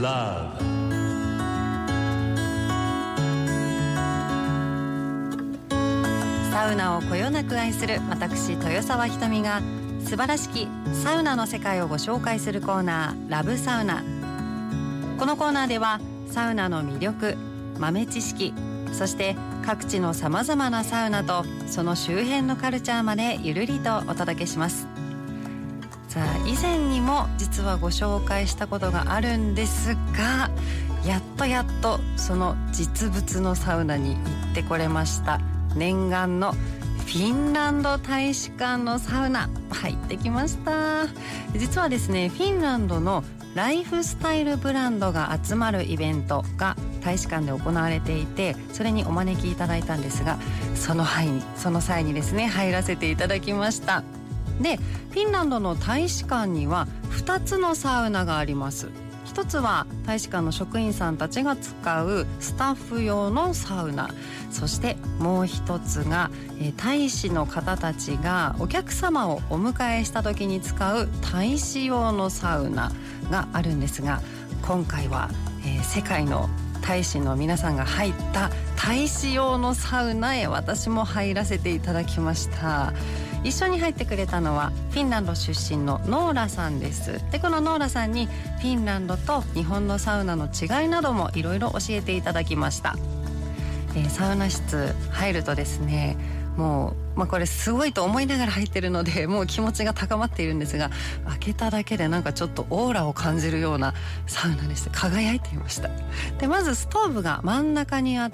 love。 サウナをこよなく愛する私豊沢ひとみが素晴らしきサウナの世界をご紹介するコーナー、ラブサウナ。このコーナーではサウナの魅力、豆知識、そして各地のさまざまなサウナとその周辺のカルチャーまでゆるりとお届けします。さあ、以前にも実はご紹介したことがあるんですが、やっとその実物のサウナに行ってこれました。念願のフィンランド大使館のサウナ入ってきました。実はですね、フィンランドのライフスタイルブランドが集まるイベントが大使館で行われていて、それにお招きいただいたんですが、その際にですね入らせていただきました。で、フィンランドの大使館には2つのサウナがあります。一つは大使館の職員さんたちが使うスタッフ用のサウナ、そしてもう一つが大使の方たちがお客様をお迎えした時に使う大使用のサウナがあるんですが、今回は、世界の大使の皆さんが入った大使用のサウナへ私も入らせていただきました。一緒に入ってくれたのはフィンランド出身のノーラさんです。で、このノーラさんにフィンランドと日本のサウナの違いなどもいろいろ教えていただきました。サウナ室入るとですね、もう、これすごいと思いながら入ってるのでもう気持ちが高まっているんですが、開けただけでなんかちょっとオーラを感じるようなサウナでして、輝いていました。で、まずストーブが真ん中にあって、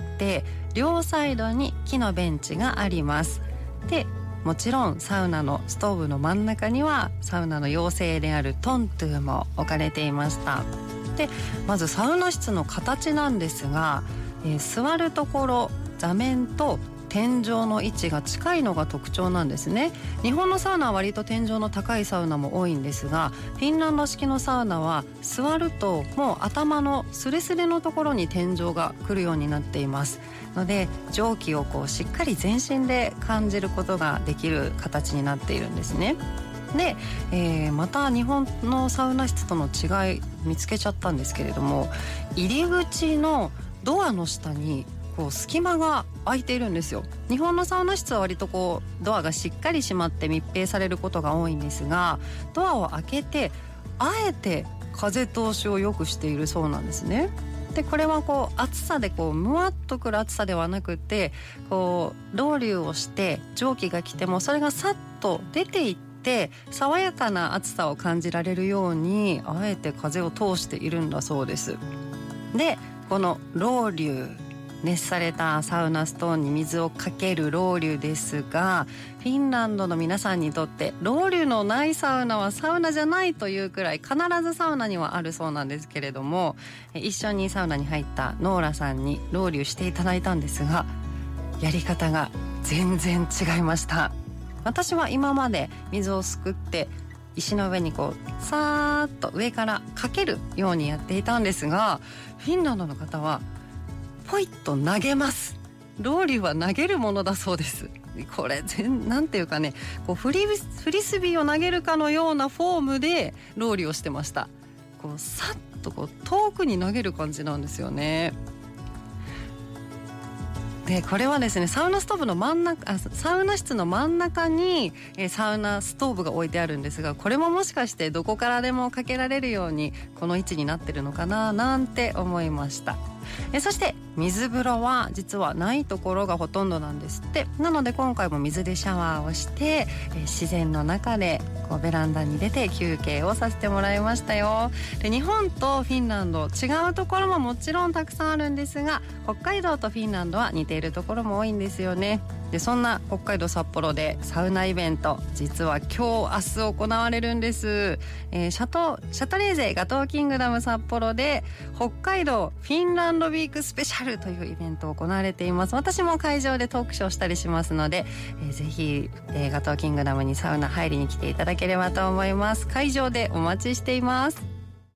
両サイドに木のベンチがあります。で、もちろんサウナのストーブの真ん中にはサウナの妖精であるトントゥも置かれていました。で、まずサウナ室の形なんですが、座るところ、座面と天井の位置が近いのが特徴なんですね。日本のサウナは割と天井の高いサウナも多いんですが、フィンランド式のサウナは座るともう頭のスレスレのところに天井が来るようになっていますので、蒸気をしっかり全身で感じることができる形になっているんですね。で、また日本のサウナ室との違い見つけちゃったんですけれども、入り口のドアの下に隙間が空いているんですよ。日本のサウナ室は割とドアがしっかり閉まって密閉されることが多いんですが、ドアを開けてあえて風通しを良くしているそうなんですね。で、これは暑さでムワッとくる暑さではなくて、ロウリュをして蒸気が来てもそれがさっと出ていって爽やかな暑さを感じられるようにあえて風を通しているんだそうです。で、このロウリュ、熱されたサウナストーンに水をかけるロウリュですが、フィンランドの皆さんにとってロウリュのないサウナはサウナじゃないというくらい必ずサウナにはあるそうなんですけれども、一緒にサウナに入ったノーラさんにロウリュしていただいたんですが、やり方が全然違いました。私は今まで水をすくって石の上にさーっと上からかけるようにやっていたんですが、フィンランドの方はポイッと投げます。ロウリュは投げるものだそうです。これなんていうかね、フリスビーを投げるかのようなフォームでロウリュをしてました。さっと遠くに投げる感じなんですよね。で、これはですね、サウナ室の真ん中にサウナストーブが置いてあるんですが、これももしかしてどこからでもかけられるようにこの位置になってるのかななんて思いました。そして水風呂は実はないところがほとんどなんですって。なので今回も水でシャワーをして自然の中でベランダに出て休憩をさせてもらいましたよ。で、日本とフィンランド違うところももちろんたくさんあるんですが、北海道とフィンランドは似ているところも多いんですよね。で、そんな北海道札幌でサウナイベント、実は今日明日行われるんです。シャトレーゼガトーキングダム札幌で北海道フィンランドウィークスペシャルというイベントを行われています。私も会場でトークショーしたりしますので、ぜひ、ガトーキングダムにサウナ入りに来ていただければと思います。会場でお待ちしています。